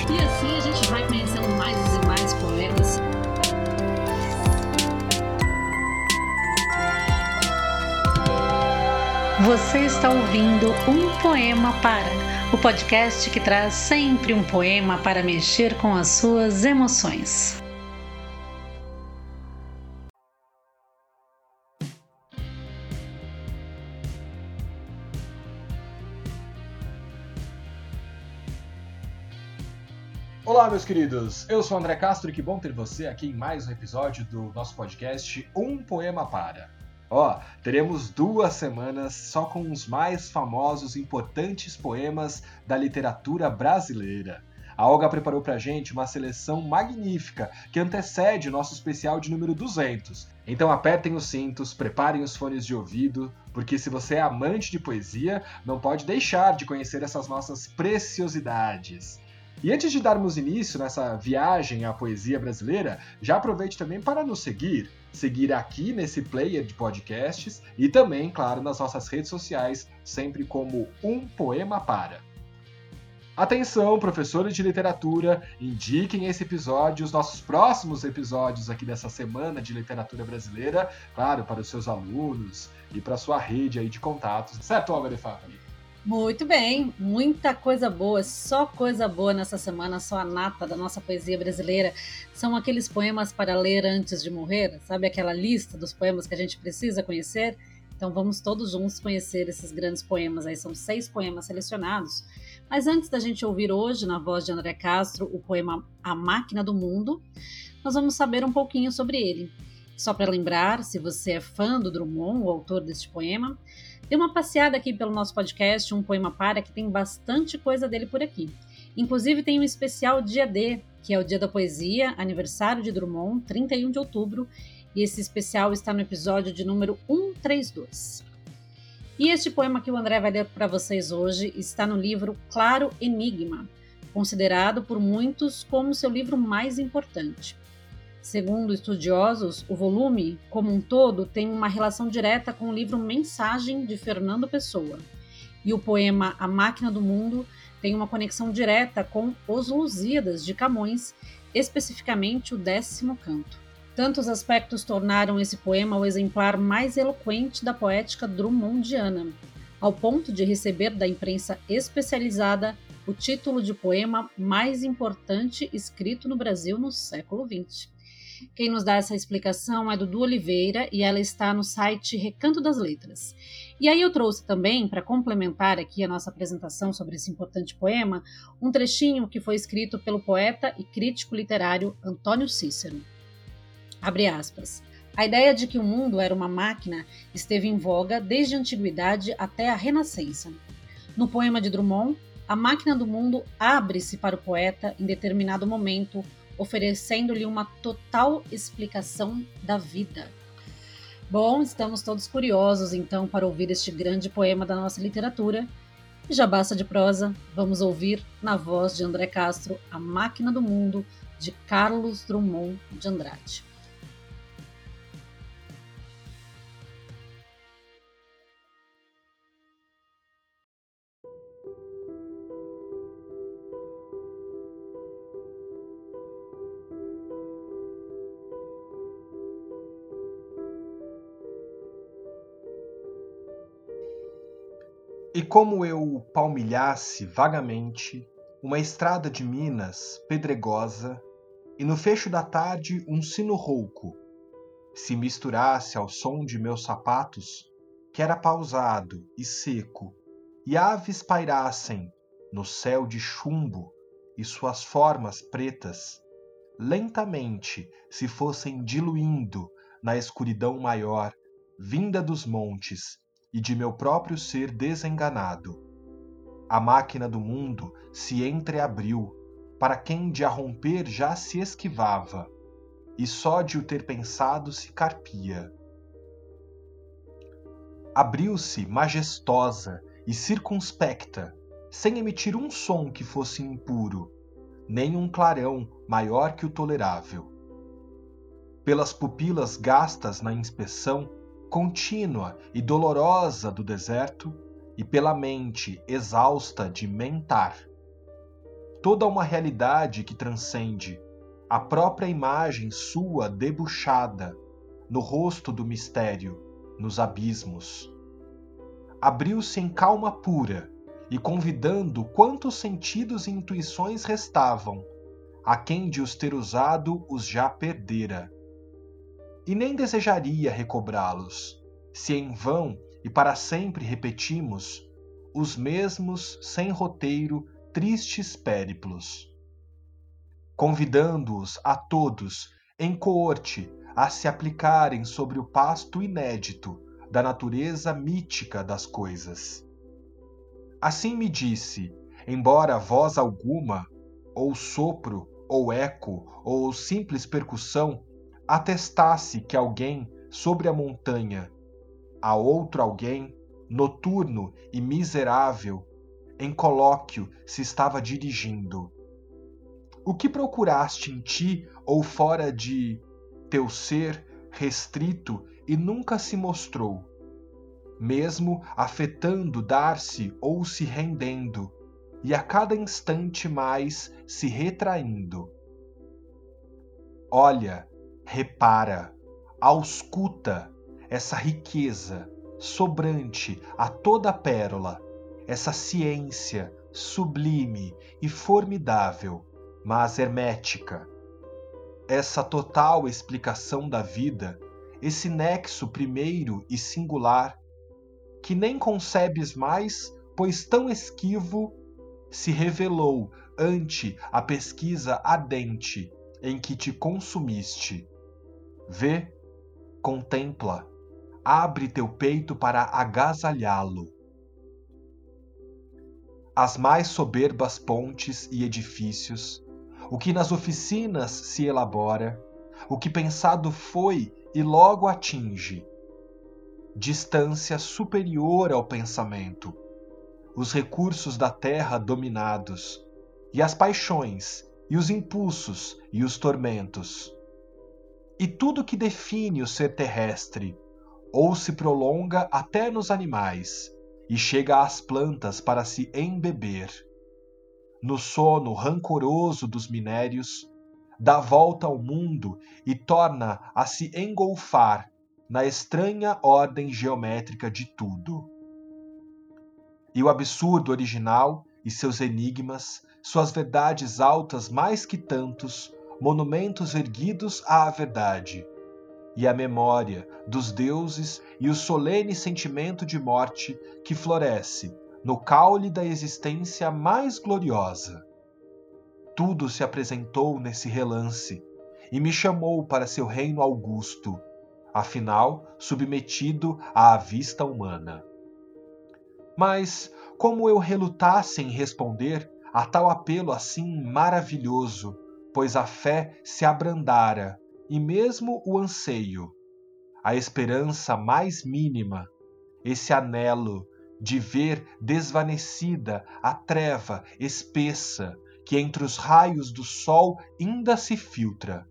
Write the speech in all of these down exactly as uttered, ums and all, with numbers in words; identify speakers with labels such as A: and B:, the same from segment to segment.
A: E assim a gente vai conhecendo mais e mais poemas.
B: Você está ouvindo Um Poema Para, o podcast que traz sempre um poema para mexer com as suas emoções.
C: Olá, meus queridos! Eu sou o André Castro e que bom ter você aqui em mais um episódio do nosso podcast Um Poema Para. Ó, teremos duas semanas só com os mais famosos e importantes poemas da literatura brasileira. A Olga preparou pra gente uma seleção magnífica que antecede o nosso especial de número duzentos. Então apertem os cintos, preparem os fones de ouvido, porque se você é amante de poesia, não pode deixar de conhecer essas nossas preciosidades. E antes de darmos início nessa viagem à poesia brasileira, já aproveite também para nos seguir. Seguir aqui nesse player de podcasts e também, claro, nas nossas redes sociais, sempre como Um Poema Para. Atenção, professores de literatura, indiquem esse episódio, os nossos próximos episódios aqui dessa semana de literatura brasileira, claro, para os seus alunos e para a sua rede aí de contatos. Certo, Olga de Fato?
A: Muito bem, muita coisa boa, só coisa boa nessa semana, só a nata da nossa poesia brasileira. São aqueles poemas para ler antes de morrer, sabe aquela lista dos poemas que a gente precisa conhecer? Então vamos todos juntos conhecer esses grandes poemas aí, são seis poemas selecionados. Mas antes da gente ouvir hoje, na voz de André Castro, o poema A Máquina do Mundo, nós vamos saber um pouquinho sobre ele. Só para lembrar, se você é fã do Drummond, o autor deste poema, dê uma passeada aqui pelo nosso podcast, Um Poema Para, que tem bastante coisa dele por aqui. Inclusive tem um especial Dia D, que é o Dia da Poesia, aniversário de Drummond, trinta e um de outubro, e esse especial está no episódio de número cento e trinta e dois. E este poema que o André vai ler para vocês hoje está no livro Claro Enigma, considerado por muitos como seu livro mais importante. Segundo estudiosos, o volume, como um todo, tem uma relação direta com o livro Mensagem, de Fernando Pessoa. E o poema A Máquina do Mundo tem uma conexão direta com Os Lusíadas, de Camões, especificamente o décimo canto. Tantos aspectos tornaram esse poema o exemplar mais eloquente da poética drummondiana, ao ponto de receber da imprensa especializada o título de poema mais importante escrito no Brasil no século vinte. Quem nos dá essa explicação é Dudu Oliveira e ela está no site Recanto das Letras. E aí eu trouxe também, para complementar aqui a nossa apresentação sobre esse importante poema, um trechinho que foi escrito pelo poeta e crítico literário Antônio Cícero. Abre aspas. A ideia de que o mundo era uma máquina esteve em voga desde a antiguidade até a Renascença. No poema de Drummond, a máquina do mundo abre-se para o poeta em determinado momento, oferecendo-lhe uma total explicação da vida. Bom, estamos todos curiosos então para ouvir este grande poema da nossa literatura. E já basta de prosa, vamos ouvir na voz de André Castro A Máquina do Mundo, de Carlos Drummond de Andrade.
C: E como eu palmilhasse vagamente uma estrada de Minas pedregosa, e no fecho da tarde um sino rouco se misturasse ao som de meus sapatos, que era pausado e seco, e aves pairassem no céu de chumbo e suas formas pretas, lentamente se fossem diluindo na escuridão maior, vinda dos montes, e de meu próprio ser desenganado. A máquina do mundo se entreabriu, para quem de a romper já se esquivava, e só de o ter pensado se carpia. Abriu-se majestosa e circunspecta, sem emitir um som que fosse impuro, nem um clarão maior que o tolerável. Pelas pupilas gastas na inspeção contínua e dolorosa do deserto, e pela mente exausta de mentar, toda uma realidade que transcende a própria imagem sua debuxada no rosto do mistério, nos abismos. Abriu-se em calma pura e convidando quantos sentidos e intuições restavam, a quem de os ter usado os já perdera. E nem desejaria recobrá-los, se em vão e para sempre repetimos os mesmos, sem roteiro, tristes périplos. Convidando-os a todos, em coorte, a se aplicarem sobre o pasto inédito da natureza mítica das coisas. Assim me disse, embora voz alguma, ou sopro, ou eco, ou simples percussão, atestasse que alguém sobre a montanha, a outro alguém, noturno e miserável, em colóquio se estava dirigindo. O que procuraste em ti ou fora de teu ser restrito e nunca se mostrou, mesmo afetando dar-se ou se rendendo, e a cada instante mais se retraindo? Olha, repara, ausculta essa riqueza sobrante a toda pérola, essa ciência sublime e formidável, mas hermética. Essa total explicação da vida, esse nexo primeiro e singular, que nem concebes mais, pois tão esquivo se revelou ante a pesquisa ardente em que te consumiste. Vê, contempla, abre teu peito para agasalhá-lo. As mais soberbas pontes e edifícios, o que nas oficinas se elabora, o que pensado foi e logo atinge, distância superior ao pensamento, os recursos da terra dominados, e as paixões, e os impulsos, e os tormentos. E tudo que define o ser terrestre, ou se prolonga até nos animais, e chega às plantas para se embeber. No sono rancoroso dos minérios, dá volta ao mundo e torna a se engolfar na estranha ordem geométrica de tudo. E o absurdo original e seus enigmas, suas verdades altas mais que tantos monumentos erguidos à verdade, e a memória dos deuses e o solene sentimento de morte que floresce no caule da existência mais gloriosa. Tudo se apresentou nesse relance e me chamou para seu reino augusto, afinal submetido à vista humana. Mas, como eu relutasse em responder a tal apelo assim maravilhoso, pois a fé se abrandara, e mesmo o anseio, a esperança mais mínima, esse anelo de ver desvanecida a treva espessa que entre os raios do sol ainda se filtra.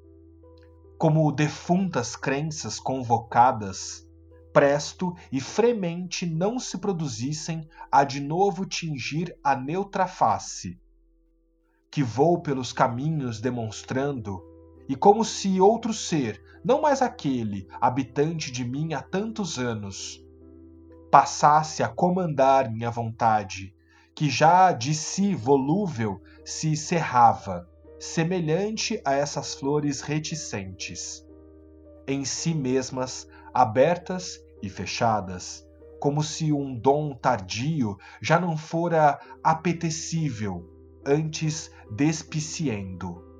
C: Como defuntas crenças convocadas, presto e fremente não se produzissem a de novo tingir a neutra face, que vou pelos caminhos demonstrando, e como se outro ser, não mais aquele, habitante de mim há tantos anos, passasse a comandar minha vontade, que já de si volúvel se cerrava, semelhante a essas flores reticentes, em si mesmas abertas e fechadas, como se um dom tardio já não fora apetecível, antes despiciendo.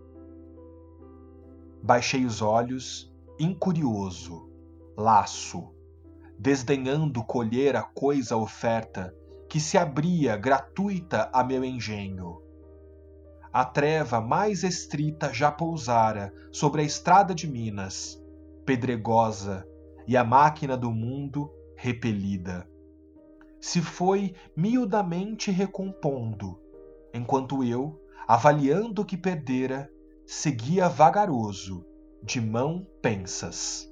C: Baixei os olhos, incurioso, laço, desdenhando colher a coisa oferta que se abria gratuita a meu engenho. A treva mais estrita já pousara sobre a estrada de Minas, pedregosa, e a máquina do mundo repelida. Se foi miudamente recompondo, enquanto eu, avaliando o que perdera, seguia vagaroso, de mão pensas.